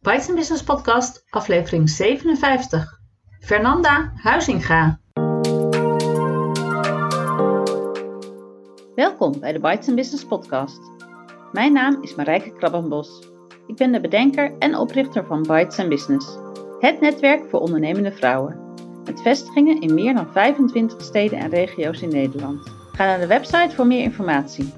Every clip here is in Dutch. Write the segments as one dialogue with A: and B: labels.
A: Bites Business Podcast, aflevering 57. Fernanda Huizinga. Welkom bij de Bites Business Podcast. Mijn naam is Marijke Krabbenbos. Ik ben de bedenker en oprichter van Bites Business, het netwerk voor ondernemende vrouwen. Met vestigingen in meer dan 25 steden en regio's in Nederland. Ga naar de website voor meer informatie.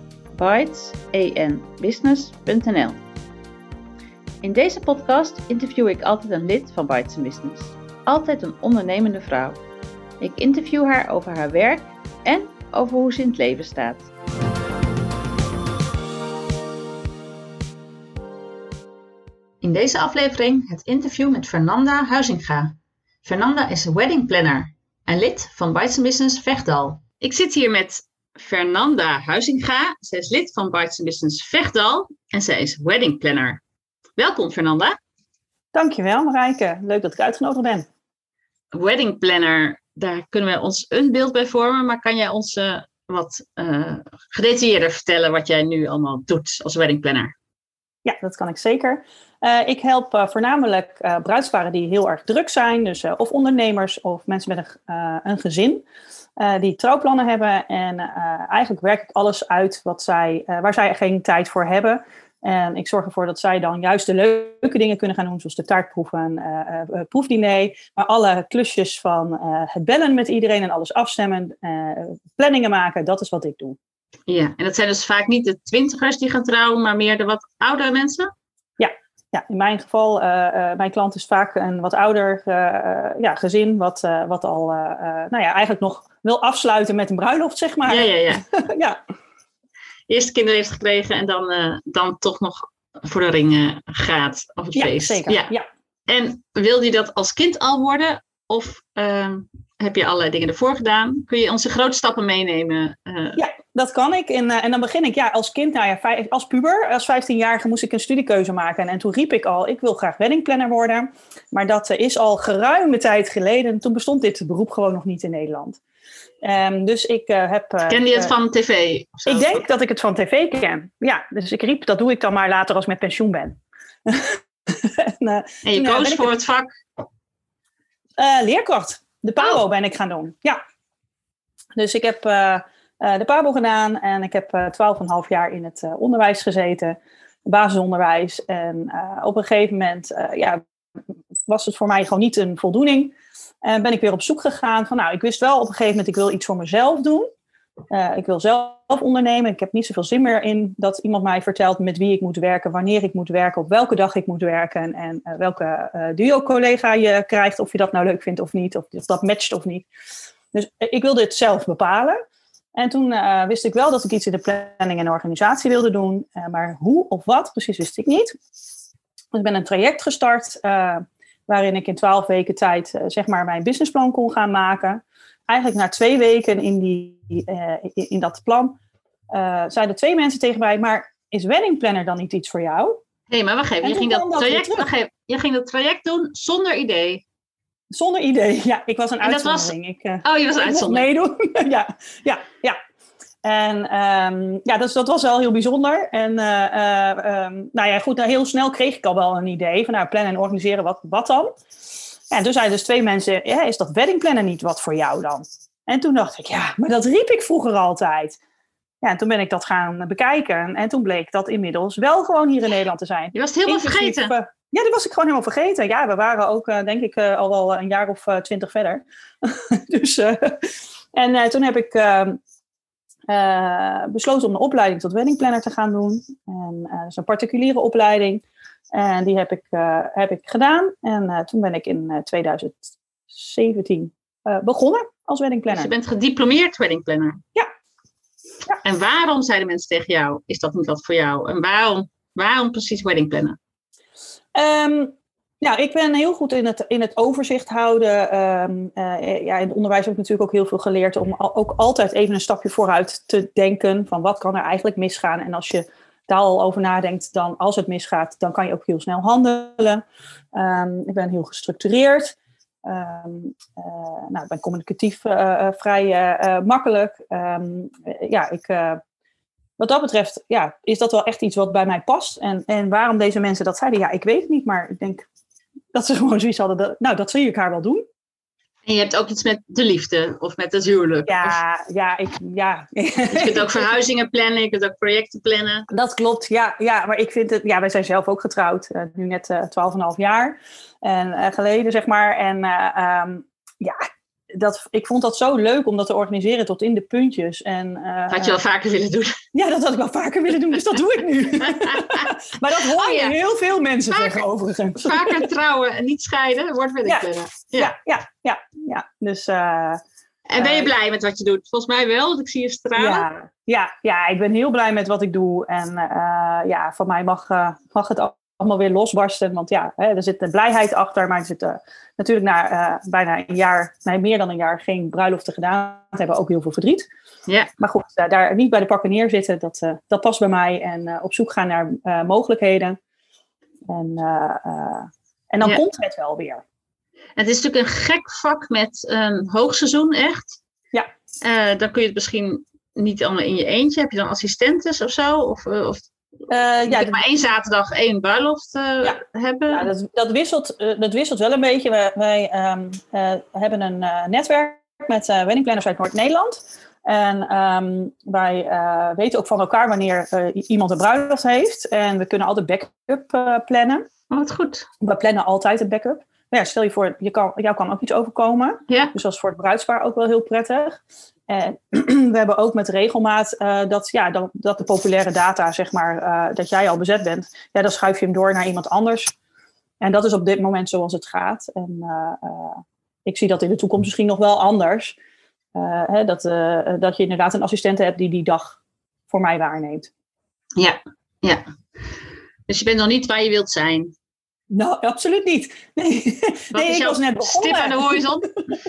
A: Bites.business.nl. In deze podcast interview ik altijd een lid van Bites Business. Altijd een ondernemende vrouw. Ik interview haar over haar werk en over hoe ze in het leven staat. In deze aflevering het interview met Fernanda Huizinga. Fernanda is wedding planner en lid van Bites Business Vechtdal. Ik zit hier met Fernanda Huizinga. Zij is lid van Bites Business Vechtdal en zij is wedding planner. Welkom Fernanda.
B: Dankjewel Marijke, leuk dat ik uitgenodigd ben.
A: Wedding planner, daar kunnen we ons een beeld bij vormen, maar kan jij ons wat gedetailleerder vertellen wat jij nu allemaal doet als wedding planner?
B: Ja, dat kan ik zeker. Ik help voornamelijk bruidsparen die heel erg druk zijn, dus of ondernemers of mensen met een gezin die trouwplannen hebben. En eigenlijk werk ik alles uit waar zij geen tijd voor hebben. En ik zorg ervoor dat zij dan juist de leuke dingen kunnen gaan doen, zoals de taartproeven, proefdiner. Maar alle klusjes van het bellen met iedereen en alles afstemmen, planningen maken, dat is wat ik doe.
A: Ja, en dat zijn dus vaak niet de twintigers die gaan trouwen, maar meer de wat oudere mensen?
B: Ja, in mijn geval, mijn klant is vaak een wat ouder gezin, wat al eigenlijk nog wil afsluiten met een bruiloft, zeg maar.
A: Ja.
B: Ja.
A: Eerst kinderen heeft gekregen en dan toch nog voor de ring gaat of het feest.
B: Zeker. Ja.
A: En wilde je dat als kind al worden? Of heb je allerlei dingen ervoor gedaan? Kun je onze grote stappen meenemen?
B: Ja, dat kan ik. En dan begin ik als kind, als puber, als 15-jarige moest ik een studiekeuze maken. En toen riep ik al, ik wil graag weddingplanner worden. Maar dat is al geruime tijd geleden. Toen bestond dit beroep gewoon nog niet in Nederland. Dus ik heb...
A: Ken je het van tv?
B: Ik denk dat ik het van tv ken. Ja, dus ik riep, dat doe ik dan maar later als ik met pensioen ben.
A: En je koos voor het vak?
B: Leerkracht. De PABO ben ik gaan doen. Ja. Dus ik heb de PABO gedaan en ik heb 12,5 jaar in het onderwijs gezeten. Basisonderwijs. En op een gegeven moment was het voor mij gewoon niet een voldoening. En ben ik weer op zoek gegaan van, ik wist wel op een gegeven moment, ik wil iets voor mezelf doen. Ik wil zelf ondernemen. Ik heb niet zoveel zin meer in dat iemand mij vertelt met wie ik moet werken, wanneer ik moet werken, op welke dag ik moet werken en welke duo-collega je krijgt, of je dat nou leuk vindt of niet, of dat matcht of niet. Dus ik wilde het zelf bepalen. En toen wist ik wel dat ik iets in de planning en organisatie wilde doen, maar hoe of wat precies wist ik niet. Dus ik ben een traject gestart waarin ik in 12 weken tijd mijn businessplan kon gaan maken. Eigenlijk na 2 weken in dat plan zeiden 2 mensen tegen mij, maar is weddingplanner dan niet iets voor jou?
A: Nee, maar wacht even, je ging dat traject doen zonder idee?
B: Zonder idee, ja. Ik was een uitzondering.
A: Je was een uitzondering.
B: Meedoen. Ja. En dat was wel heel bijzonder. En heel snel kreeg ik al wel een idee van plannen en organiseren, wat dan? Ja, en toen zeiden dus 2 mensen, is dat weddingplannen niet wat voor jou dan? En toen dacht ik, maar dat riep ik vroeger altijd. Ja, en toen ben ik dat gaan bekijken. En toen bleek dat inmiddels wel gewoon hier in Nederland te zijn.
A: Je was het helemaal vergeten.
B: Ja, die was ik gewoon helemaal vergeten. Ja, we waren ook, denk ik, al wel een jaar of 20 verder. Dus, toen heb ik besloten om een opleiding tot weddingplanner te gaan doen. En dat is een particuliere opleiding. En die heb ik gedaan. En toen ben ik in 2017 begonnen als weddingplanner.
A: Dus je bent gediplomeerd weddingplanner?
B: Ja.
A: En waarom zeiden mensen tegen jou, is dat niet wat voor jou? En waarom precies weddingplannen?
B: Ik ben heel goed in het overzicht houden. In het onderwijs heb ik natuurlijk ook heel veel geleerd om ook altijd even een stapje vooruit te denken van wat kan er eigenlijk misgaan. En als je daar al over nadenkt, dan als het misgaat, dan kan je ook heel snel handelen. Ik ben heel gestructureerd. Ik ben communicatief vrij makkelijk. Ik wat dat betreft, is dat wel echt iets wat bij mij past. En waarom deze mensen dat zeiden, ik weet het niet. Maar ik denk dat ze gewoon zoiets hadden, dat zie ik haar wel doen.
A: En je hebt ook iets met de liefde of met het huwelijk.
B: Ja.
A: Dus je kunt ook verhuizingen plannen, je kunt ook projecten plannen.
B: Dat klopt, ja. Maar ik vind het, wij zijn zelf ook getrouwd. Nu net 12,5 jaar geleden, zeg maar. En ik vond dat zo leuk om dat te organiseren tot in de puntjes.
A: Had je wel vaker willen doen?
B: Ja, dat had ik wel vaker willen doen, dus dat doe ik nu. Maar dat hoor je heel veel mensen zeggen overigens.
A: Vaker trouwen en niet scheiden, wordt wedding planner.
B: Ja. Dus,
A: en ben je blij met wat je doet? Volgens mij wel, want ik zie je stralen.
B: Ja, ik ben heel blij met wat ik doe. En van mij mag het allemaal weer losbarsten. Want er zit de blijheid achter. Maar er zit natuurlijk na bijna een jaar, meer dan een jaar, geen bruiloften gedaan te hebben, ook heel veel verdriet. Ja. Maar goed, daar niet bij de pakken neerzitten, dat past bij mij. En op zoek gaan naar mogelijkheden. En dan komt het wel weer.
A: Het is natuurlijk een gek vak met hoogseizoen, echt.
B: Ja.
A: Dan kun je het misschien niet allemaal in je eentje. Heb je dan assistentes of zo? Of maar 1 zaterdag 1 bruiloft hebben? Ja,
B: dat wisselt wel een beetje. Wij hebben een netwerk met wedding planners uit Noord-Nederland. En wij weten ook van elkaar wanneer iemand een bruiloft heeft. En we kunnen altijd backup plannen.
A: Oh, wat goed.
B: We plannen altijd een backup. Maar stel je voor, jou kan ook iets overkomen. Ja. Dus dat is voor het bruidspaar ook wel heel prettig. En we hebben ook met regelmaat dat de populaire data, zeg maar, dat jij al bezet bent. Ja, dan schuif je hem door naar iemand anders. En dat is op dit moment zoals het gaat. En ik zie dat in de toekomst misschien nog wel anders. Dat je inderdaad een assistente hebt die dag voor mij waarneemt.
A: Ja. Dus je bent nog niet waar je wilt zijn?
B: Nou, absoluut niet. Nee, ik was net begonnen.
A: Stip aan de horizon?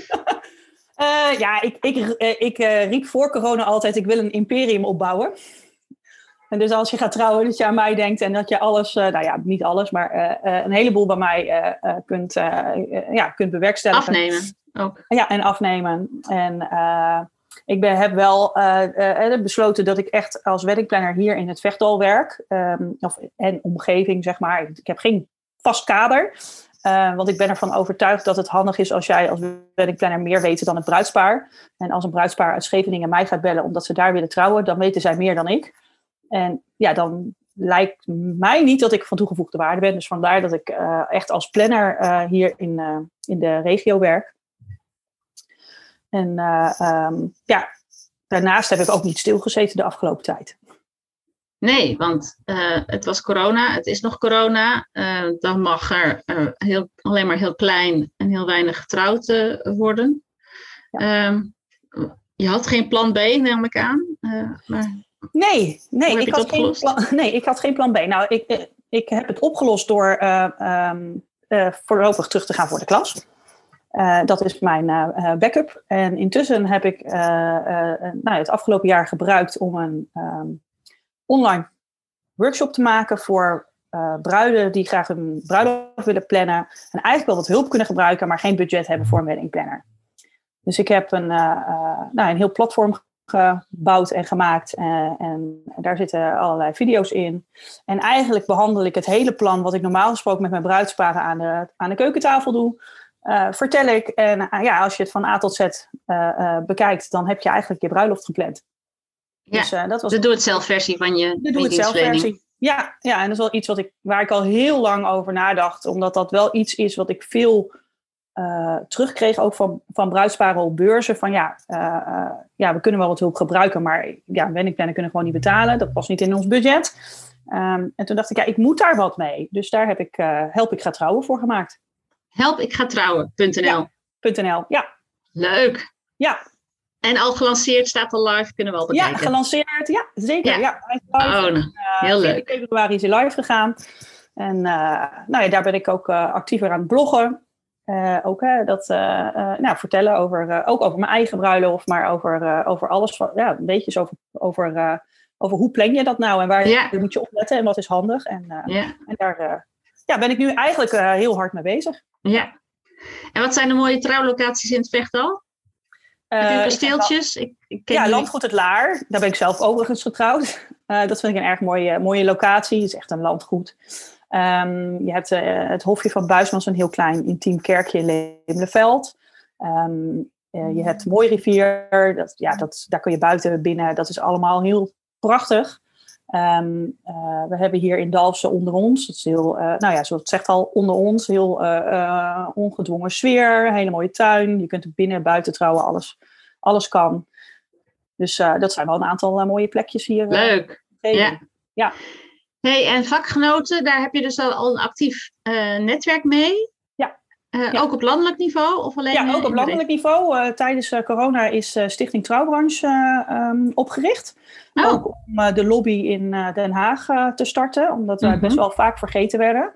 B: Ik riep voor corona altijd, ik wil een imperium opbouwen. En dus als je gaat trouwen, dat je aan mij denkt en dat je alles, niet alles, maar een heleboel bij mij kunt bewerkstelligen.
A: Afnemen ook.
B: Ja, en afnemen. En ik heb wel besloten dat ik echt als weddingplanner hier in het Vechtdal werk. En omgeving, zeg maar. Ik heb geen vast kader. Want ik ben ervan overtuigd dat het handig is als jij als weddingplanner meer weet dan het bruidspaar. En als een bruidspaar uit Scheveningen mij gaat bellen omdat ze daar willen trouwen, dan weten zij meer dan ik. En dan lijkt mij niet dat ik van toegevoegde waarde ben. Dus vandaar dat ik echt als planner hier in de regio werk. En daarnaast heb ik ook niet stilgezeten de afgelopen tijd.
A: Nee, want het was corona, het is nog corona. Dan mag er alleen maar heel klein en heel weinig getrouwd worden. Ja. Je had geen plan B, neem ik aan.
B: Nee, ik had geen plan B. Nou, ik heb het opgelost door voorlopig terug te gaan voor de klas. Dat is mijn backup. En intussen heb ik het afgelopen jaar gebruikt om een online workshop te maken voor bruiden die graag een bruiloft willen plannen. En eigenlijk wel wat hulp kunnen gebruiken, maar geen budget hebben voor een weddingplanner. Dus ik heb een heel platform gebouwd en gemaakt. En daar zitten allerlei video's in. En eigenlijk behandel ik het hele plan wat ik normaal gesproken met mijn bruidsparen aan de keukentafel doe. Vertel ik. En als je het van A tot Z bekijkt, dan heb je eigenlijk je bruiloft gepland.
A: Ja, dus, dat was de doe-het-zelf versie van je
B: dienstverlening. Ja, en dat is wel iets waar ik al heel lang over nadacht. Omdat dat wel iets is wat ik veel terugkreeg. Ook van bruidsparen op beurzen. Van we kunnen wel wat hulp gebruiken. Maar weddingplannen kunnen gewoon niet betalen. Dat past niet in ons budget. En toen dacht ik, ik moet daar wat mee. Dus daar heb ik Help ik ga trouwen voor gemaakt.
A: Helpigatrouwen.nl
B: .nl, ja.
A: Leuk.
B: Ja.
A: En al gelanceerd, staat al live, kunnen we al bekijken.
B: Ja, gelanceerd, ja, zeker. Ja.
A: Heel leuk.
B: In februari is hij live gegaan. En daar ben ik ook actiever aan het bloggen. Vertellen over mijn eigen bruiloft, maar over alles. Een beetje over hoe plan je dat nou en waar moet je op letten en wat is handig. En daar ben ik nu eigenlijk heel hard mee bezig.
A: Ja. En wat zijn de mooie trouwlocaties in het Vechtdal? Heb je kasteeltjes?
B: Landgoed Het Laar. Daar ben ik zelf overigens getrouwd. Dat vind ik een erg mooie locatie. Het is echt een landgoed. Je hebt het Hofje van Buisman, een heel klein intiem kerkje in Leemleveld. Je hebt een mooie rivier. Daar kun je buiten binnen. Dat is allemaal heel prachtig. We hebben hier in Dalfsen onder ons. Dat is heel, zoals het zegt al, onder ons. Heel ongedwongen sfeer. Hele mooie tuin. Je kunt er binnen en buiten trouwen. Alles kan. Dus dat zijn wel een aantal mooie plekjes hier.
A: Leuk. Ja. Hey, en vakgenoten, daar heb je dus al een actief netwerk mee? Ja. Ook op landelijk niveau? Of alleen,
B: ook op landelijk niveau. Tijdens corona is Stichting Trouwbranche opgericht. Ook om de lobby in Den Haag te starten. Omdat wij best wel vaak vergeten werden.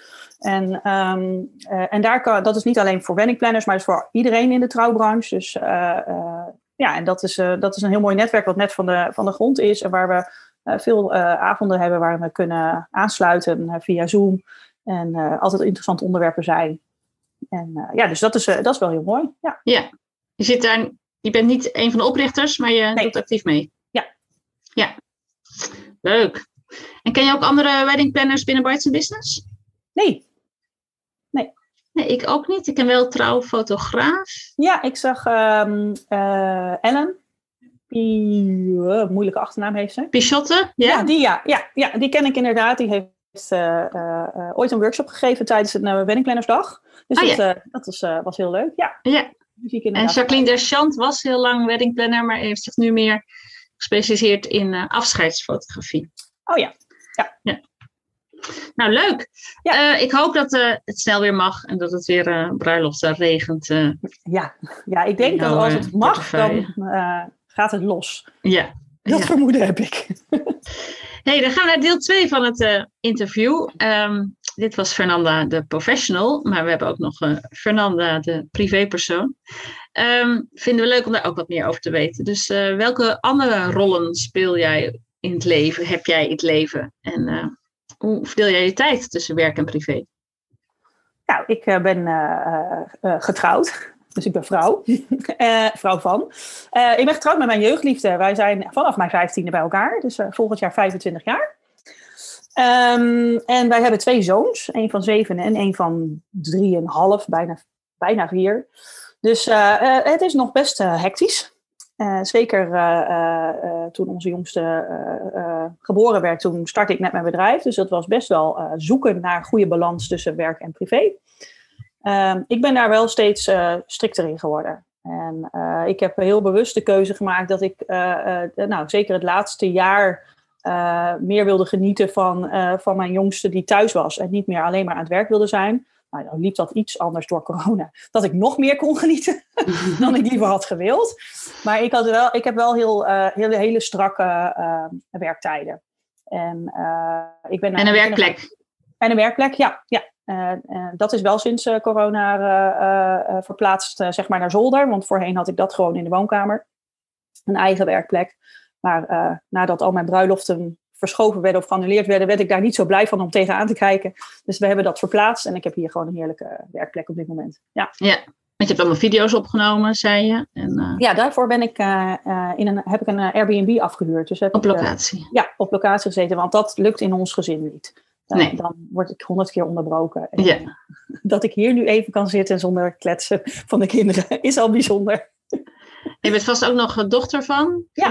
B: En dat is niet alleen voor weddingplanners, maar het is voor iedereen in de trouwbranche. Dus en dat is een heel mooi netwerk wat net van de grond is. En waar we veel avonden hebben waar we kunnen aansluiten via Zoom. En altijd interessante onderwerpen zijn. En dus dat is wel heel mooi. Ja.
A: Je bent niet een van de oprichters, maar je doet actief mee. Ja. Leuk. En ken je ook andere weddingplanners binnen Bites Business?
B: Nee,
A: ik ook niet. Ik ken wel trouwfotograaf.
B: Ja, ik zag Ellen. Moeilijke achternaam heeft ze.
A: Pichotte?
B: Ja, die ken ik inderdaad. Die heeft ooit een workshop gegeven tijdens een weddingplannersdag. Dus dat was heel leuk. Ja.
A: En Jacqueline Deschamps was heel lang weddingplanner, maar heeft zich nu meer gespecialiseerd in afscheidsfotografie.
B: Oh ja.
A: Nou, leuk. Ja. Ik hoop dat het snel weer mag en dat het weer bruiloften regent.
B: Ja, ik denk dat als het mag, dan gaat het los.
A: Ja.
B: Dat vermoeden heb ik.
A: Hey, dan gaan we naar deel 2 van het interview. Dit was Fernanda, de professional, maar we hebben ook nog Fernanda, de privépersoon. Vinden we leuk om daar ook wat meer over te weten. Dus welke andere rollen speel jij in het leven, heb jij in het leven? En hoe verdeel jij je tijd tussen werk en privé?
B: Nou, ik ben getrouwd. Dus ik ben vrouw. Vrouw van. Ik ben getrouwd met mijn jeugdliefde. Wij zijn vanaf mijn 15e bij elkaar. Dus volgend jaar 25 jaar. En wij hebben 2 zoons. 1 van 7 en 1 van 3,5. Bijna 4. Dus het is nog best hectisch. Zeker toen onze jongste geboren werd. Toen startte ik net mijn bedrijf. Dus dat was best wel zoeken naar goede balans tussen werk en privé. Ik ben daar wel steeds strikter in geworden. En ik heb een heel bewust de keuze gemaakt dat ik zeker het laatste jaar meer wilde genieten van mijn jongste die thuis was. En niet meer alleen maar aan het werk wilde zijn. Nou, dan liep dat iets anders door corona. Dat ik nog meer kon genieten dan ik liever had gewild. Maar ik heb wel hele strakke werktijden. En een
A: werkplek.
B: En een werkplek, ja. Dat is wel sinds corona verplaatst zeg maar naar zolder. Want voorheen had ik dat gewoon in de woonkamer. Een eigen werkplek. Maar nadat al mijn bruiloften verschoven werden of geannuleerd werden, werd ik daar niet zo blij van om tegenaan te kijken. Dus we hebben dat verplaatst en ik heb hier gewoon een heerlijke werkplek op dit moment. Ja,
A: want je hebt allemaal video's opgenomen, zei je. En,
B: Ja, daarvoor heb ik een Airbnb afgehuurd. Dus
A: op locatie?
B: Op locatie gezeten, want dat lukt in ons gezin niet. Dan word ik 100 keer onderbroken. En, dat ik hier nu even kan zitten zonder kletsen van de kinderen is al bijzonder.
A: Je bent vast ook nog dochter van?
B: Ja,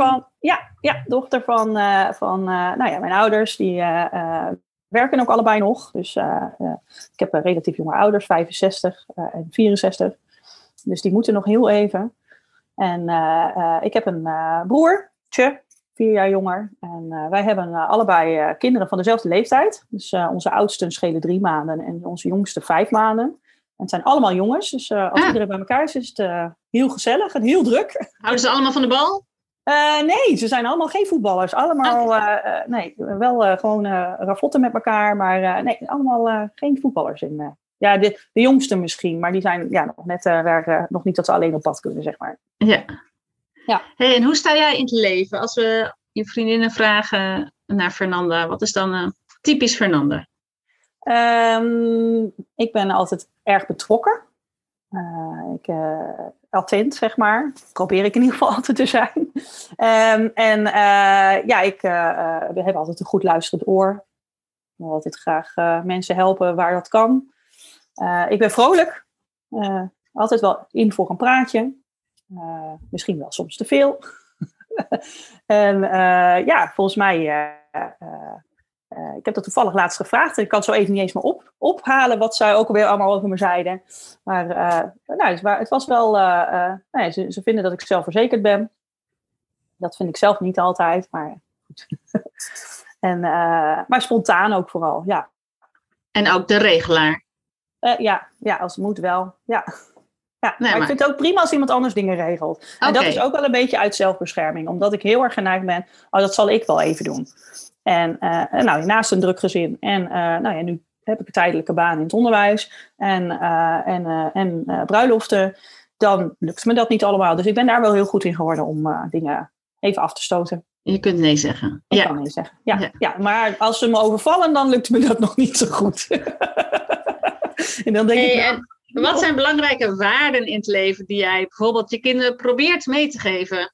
B: dochter van mijn ouders. Die werken ook allebei nog. Dus ik heb relatief jonge ouders, 65 en 64. Dus die moeten nog heel even. En ik heb een broertje, 4 jaar jonger. En wij hebben allebei kinderen van dezelfde leeftijd. Dus onze oudsten schelen 3 maanden en onze jongste 5 maanden. En het zijn allemaal jongens. Dus als iedereen bij elkaar is het heel gezellig en heel druk.
A: Houden ze allemaal van de bal?
B: Nee, ze zijn allemaal geen voetballers. Allemaal, wel gewoon ravotten met elkaar. Maar allemaal geen voetballers. De jongste misschien. Maar die zijn nog net nog niet dat ze alleen op pad kunnen, zeg maar.
A: Ja. Hey, en hoe sta jij in het leven? Als we je vriendinnen vragen naar Fernanda. Wat is dan typisch Fernanda?
B: Ik ben altijd erg betrokken. Attent, zeg maar. Probeer ik in ieder geval altijd te zijn. Ik heb altijd een goed luisterend oor. Ik wil altijd graag mensen helpen waar dat kan. Ik ben vrolijk. Altijd wel in voor een praatje. Misschien wel soms te veel. Volgens mij... ik heb dat toevallig laatst gevraagd. En ik kan het zo even niet eens meer ophalen wat zij ook alweer allemaal over me zeiden. Maar het was wel... ze vinden dat ik zelfverzekerd ben. Dat vind ik zelf niet altijd. Maar goed. Maar spontaan ook vooral, ja.
A: En ook de regelaar.
B: Als het moet wel, ja. Maar ik vind het ook prima als iemand anders dingen regelt. Okay. En dat is ook wel een beetje uit zelfbescherming. Omdat ik heel erg geneigd ben, dat zal ik wel even doen. En naast een druk gezin. En nu heb ik een tijdelijke baan in het onderwijs. En bruiloften. Dan lukt me dat niet allemaal. Dus ik ben daar wel heel goed in geworden om dingen even af te stoten.
A: Je kunt nee zeggen.
B: Ik kan nee zeggen. Ja, maar als ze me overvallen, dan lukt me dat nog niet zo goed. En dan denk ik...
A: Wat zijn belangrijke waarden in het leven die jij bijvoorbeeld je kinderen probeert mee te geven?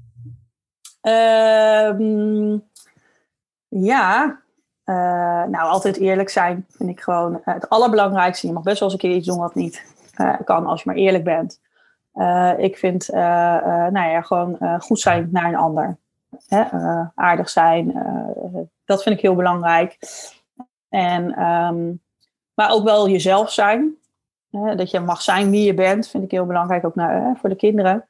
B: Altijd eerlijk zijn vind ik gewoon het allerbelangrijkste. Je mag best wel eens een keer iets doen wat niet kan als je maar eerlijk bent. Ik vind gewoon goed zijn naar een ander. Aardig zijn, dat vind ik heel belangrijk. Maar ook wel jezelf zijn. Dat je mag zijn wie je bent, vind ik heel belangrijk, ook voor de kinderen.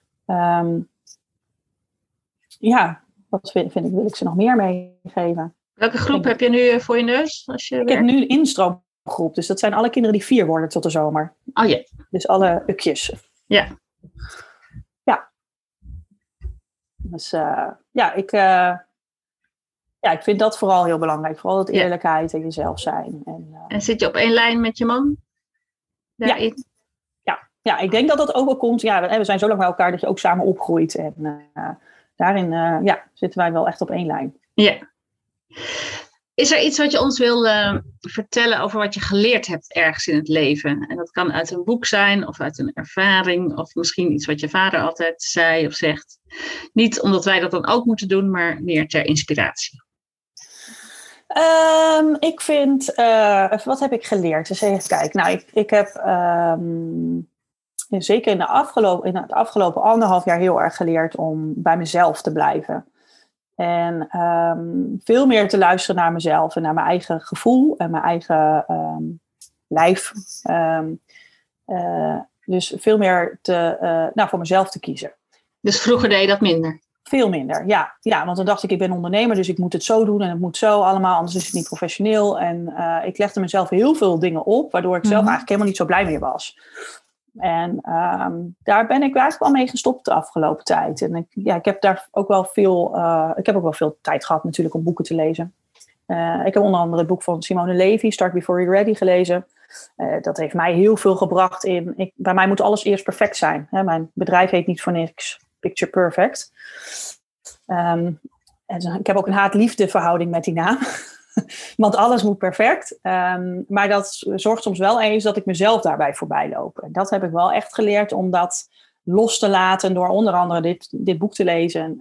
B: Wat wil ik ze nog meer meegeven?
A: Welke groep heb je nu voor je neus?
B: Ik heb nu een instroomgroep, dus dat zijn alle kinderen die 4 worden tot de zomer.
A: Oh ja.
B: Dus alle ukjes.
A: Ja.
B: Ja. Dus ik vind dat vooral heel belangrijk. Vooral het eerlijkheid en jezelf zijn.
A: En zit je op één lijn met je man? Daarin?
B: Ja, ik denk dat dat ook wel komt. Ja, we zijn zo lang bij elkaar dat je ook samen opgroeit. En daarin zitten wij wel echt op één lijn.
A: Ja. Is er iets wat je ons wil vertellen over wat je geleerd hebt ergens in het leven? En dat kan uit een boek zijn of uit een ervaring. Of misschien iets wat je vader altijd zei of zegt. Niet omdat wij dat dan ook moeten doen, maar meer ter inspiratie.
B: Ik vind... wat heb ik geleerd? Dus even kijken. Nou, ik heb... zeker in het afgelopen 1,5 jaar heel erg geleerd om bij mezelf te blijven. En veel meer te luisteren naar mezelf en naar mijn eigen gevoel en mijn eigen lijf. Dus veel meer voor mezelf te kiezen.
A: Dus vroeger deed je dat minder?
B: Veel minder, ja. Want dan dacht ik ben ondernemer, dus ik moet het zo doen en het moet zo allemaal, anders is het niet professioneel. En ik legde mezelf heel veel dingen op, waardoor ik zelf eigenlijk helemaal niet zo blij meer was. En daar ben ik eigenlijk wel mee gestopt de afgelopen tijd. En ik heb daar ook wel veel tijd gehad natuurlijk om boeken te lezen. Ik heb onder andere het boek van Simone Levy, Start Before You're Ready, gelezen. Dat heeft mij heel veel gebracht in... Bij mij moet alles eerst perfect zijn. Mijn bedrijf heet niet voor niks Picture Perfect. En ik heb ook een haat-liefde verhouding met die naam. Want alles moet perfect. Maar dat zorgt soms wel eens dat ik mezelf daarbij voorbij loop. En dat heb ik wel echt geleerd om dat los te laten door onder andere dit boek te lezen.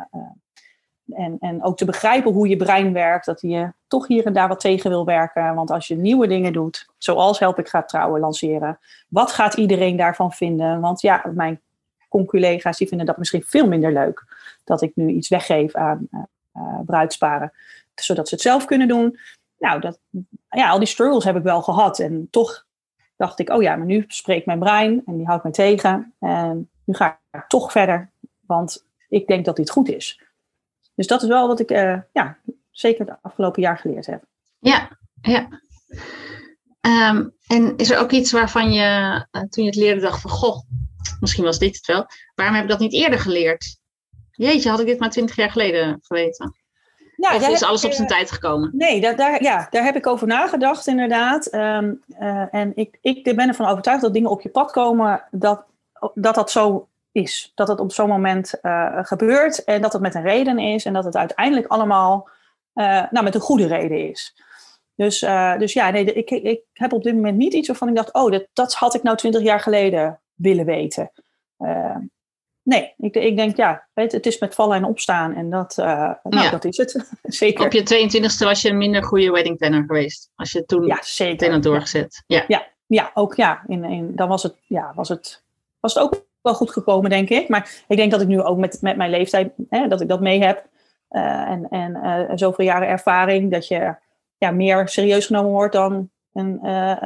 B: En ook te begrijpen hoe je brein werkt. Dat je toch hier en daar wat tegen wil werken. Want als je nieuwe dingen doet, zoals Help ik ga trouwen lanceren. Wat gaat iedereen daarvan vinden? Want ja, mijn conculega's die vinden dat misschien veel minder leuk. Dat ik nu iets weggeef aan bruidsparen. Zodat ze het zelf kunnen doen. Nou, al die struggles heb ik wel gehad. En toch dacht ik, maar nu spreekt mijn brein. En die houdt mij tegen. En nu ga ik toch verder. Want ik denk dat dit goed is. Dus dat is wel wat ik zeker het afgelopen jaar geleerd heb.
A: Ja. En is er ook iets waarvan je, toen je het leerde, dacht van... Goh, misschien was dit het wel. Waarom heb ik dat niet eerder geleerd? Jeetje, had ik dit maar 20 jaar geleden geweten? Ja, of is alles op zijn tijd gekomen?
B: Nee, daar heb ik over nagedacht inderdaad. En ik ben ervan overtuigd dat dingen op je pad komen... dat zo is. Dat het op zo'n moment gebeurt. En dat het met een reden is. En dat het uiteindelijk allemaal met een goede reden is. Dus ja, nee, ik heb op dit moment niet iets waarvan ik dacht, dat had ik nou 20 jaar geleden willen weten. Nee, ik denk, ja, het is met vallen en opstaan en dat is het. Zeker.
A: Op je 22e was je een minder goede wedding planner geweest. Als je toen meteen had doorgezet.
B: Ja, ook ja. Dan was het ook wel goed gekomen, denk ik. Maar ik denk dat ik nu ook met mijn leeftijd, dat ik dat mee heb. En zoveel jaren ervaring, dat je meer serieus genomen wordt dan een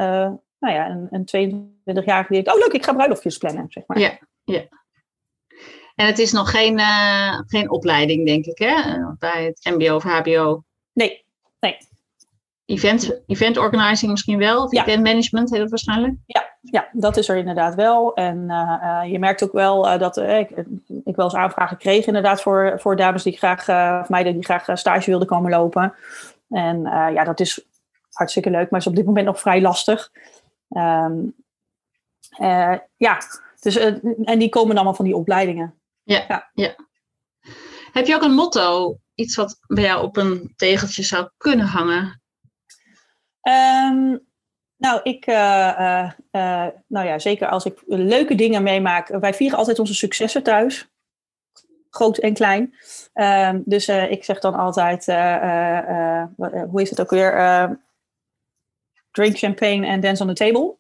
B: 22-jarige die denkt, leuk, ik ga bruiloftjes plannen, zeg maar.
A: Ja. En het is nog geen opleiding, denk ik, hè? Bij het mbo of hbo.
B: Nee.
A: Event organizing misschien wel? Of event management heet het waarschijnlijk?
B: Ja, dat is er inderdaad wel. En je merkt ook wel dat ik wel eens aanvragen kreeg inderdaad voor dames die graag, of meiden die graag stage wilden komen lopen. En dat is hartstikke leuk, maar is op dit moment nog vrij lastig. Dus, en die komen allemaal van die opleidingen.
A: Ja. Heb je ook een motto? Iets wat bij jou op een tegeltje zou kunnen hangen?
B: Zeker als ik leuke dingen meemaak. Wij vieren altijd onze successen thuis. Groot en klein. Dus ik zeg dan altijd, hoe is het ook weer? Drink champagne and dance on the table.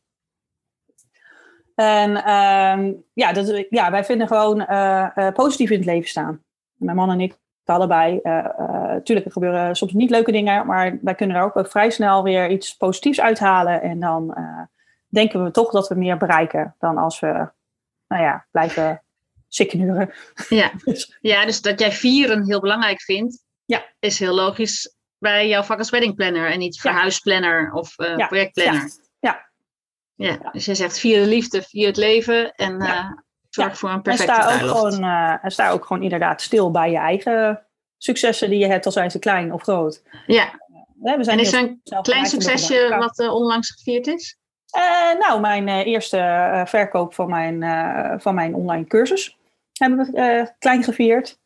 B: En wij vinden gewoon positief in het leven staan. Mijn man en ik allebei. Tuurlijk, er gebeuren soms niet leuke dingen, maar wij kunnen er ook vrij snel weer iets positiefs uithalen. En dan denken we toch dat we meer bereiken dan als we blijven sikkenuren.
A: Ja, dus dat jij vieren heel belangrijk vindt, is heel logisch bij jouw vak als weddingplanner en niet verhuisplanner of projectplanner. Ja, dus jij zegt vier de liefde, vier het leven en zorg voor een perfecte bruiloft.
B: En sta ook gewoon inderdaad stil bij je eigen successen die je hebt, al zijn ze klein of groot.
A: Ja, en is er een klein succesje wat onlangs gevierd is?
B: Mijn eerste verkoop van mijn online cursus hebben we klein gevierd.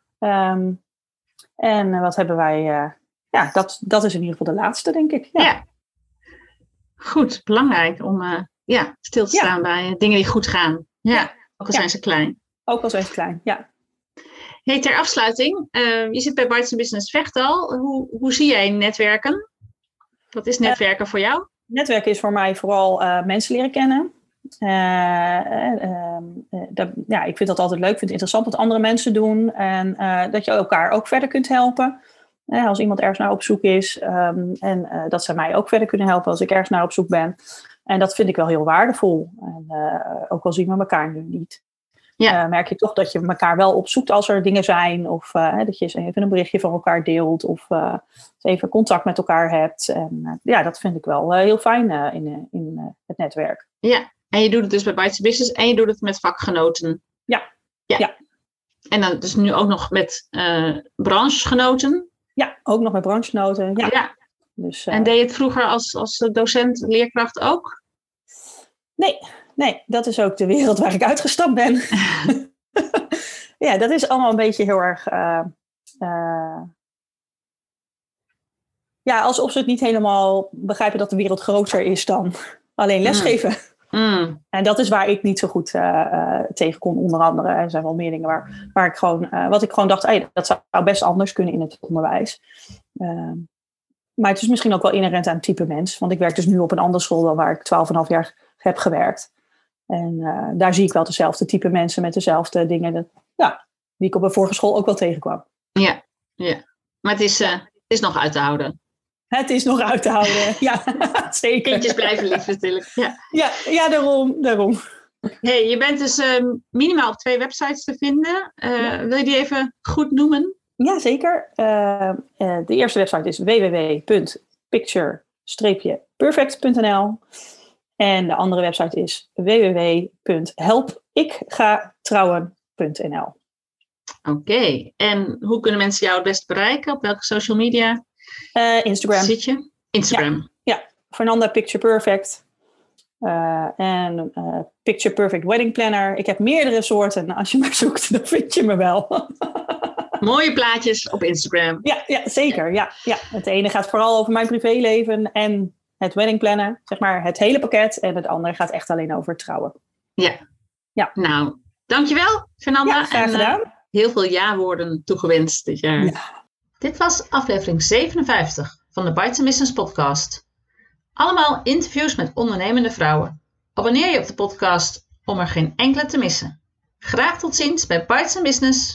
B: En wat hebben wij... dat is in ieder geval de laatste, denk ik. Ja.
A: Goed, belangrijk om stil te staan bij dingen die goed gaan. Ja, ook al zijn ze klein.
B: Ook al zijn ze klein, ja.
A: Hey, ter afsluiting, je zit bij Bites Business Vechtdal. Hoe zie jij netwerken? Wat is netwerken voor jou?
B: Netwerken is voor mij vooral mensen leren kennen. Ik vind dat altijd leuk. Ik vind het interessant wat andere mensen doen. En dat je elkaar ook verder kunt helpen. Als iemand ergens naar op zoek is. En dat zij mij ook verder kunnen helpen als ik ergens naar op zoek ben. En dat vind ik wel heel waardevol. En, ook al zien we elkaar nu niet. Merk je toch dat je elkaar wel opzoekt als er dingen zijn. Of dat je eens even een berichtje van elkaar deelt. Of even contact met elkaar hebt. En dat vind ik wel heel fijn in het netwerk.
A: Ja, en je doet het dus bij Bites Business. En je doet het met vakgenoten. Ja. En dan dus nu ook nog met branchegenoten.
B: Ja, ook nog met branchegenoten. Ja.
A: Dus, en deed je het vroeger als docent, leerkracht ook?
B: Nee, dat is ook de wereld waar ik uitgestapt ben. Ja, dat is allemaal een beetje heel erg... alsof ze het niet helemaal begrijpen dat de wereld groter is dan alleen lesgeven. En dat is waar ik niet zo goed tegen kon, onder andere. Er zijn wel meer dingen waar ik gewoon... wat ik gewoon dacht, dat zou best anders kunnen in het onderwijs. Maar het is misschien ook wel inherent aan het type mens. Want ik werk dus nu op een andere school dan waar ik 12,5 jaar heb gewerkt. En daar zie ik wel dezelfde type mensen met dezelfde dingen die ik op een vorige school ook wel tegenkwam.
A: Ja. Maar het is nog uit te houden.
B: Het is nog uit te houden, ja, zeker.
A: Kindjes blijven lief natuurlijk.
B: Ja, daarom.
A: Hey, je bent dus minimaal op 2 websites te vinden. Wil je die even goed noemen?
B: Ja, zeker. De eerste website is www.picture-perfect.nl. En de andere website is www.helpikgatrouwen.nl.
A: Oké, en hoe kunnen mensen jou het best bereiken? Op welke social media?
B: Instagram.
A: Zit je? Instagram.
B: Ja. Fernanda Picture Perfect. En Picture Perfect Wedding Planner. Ik heb meerdere soorten. Als je maar zoekt, dan vind je me wel.
A: Mooie plaatjes op Instagram.
B: Ja, zeker. Ja. Het ene gaat vooral over mijn privéleven en het wedding planner. Zeg maar het hele pakket. En het andere gaat echt alleen over het trouwen.
A: Ja. Nou, dankjewel Fernanda.
B: Ja, graag gedaan.
A: Heel veel ja-woorden toegewenst dit jaar.
B: Ja.
A: Dit was aflevering 57 van de Bites & Business podcast. Allemaal interviews met ondernemende vrouwen. Abonneer je op de podcast om er geen enkele te missen. Graag tot ziens bij Bites & Business.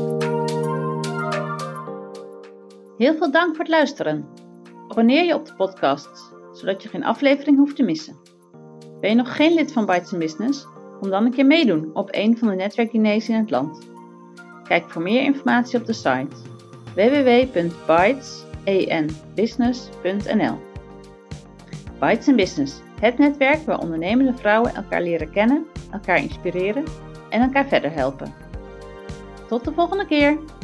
A: Heel veel dank voor het luisteren. Abonneer je op de podcast, zodat je geen aflevering hoeft te missen. Ben je nog geen lid van Bites & Business? Kom dan een keer meedoen op een van de netwerkdiners in het land. Kijk voor meer informatie op de site www.bites.business.nl. Bites & Business, het netwerk waar ondernemende vrouwen elkaar leren kennen, elkaar inspireren en elkaar verder helpen. Tot de volgende keer!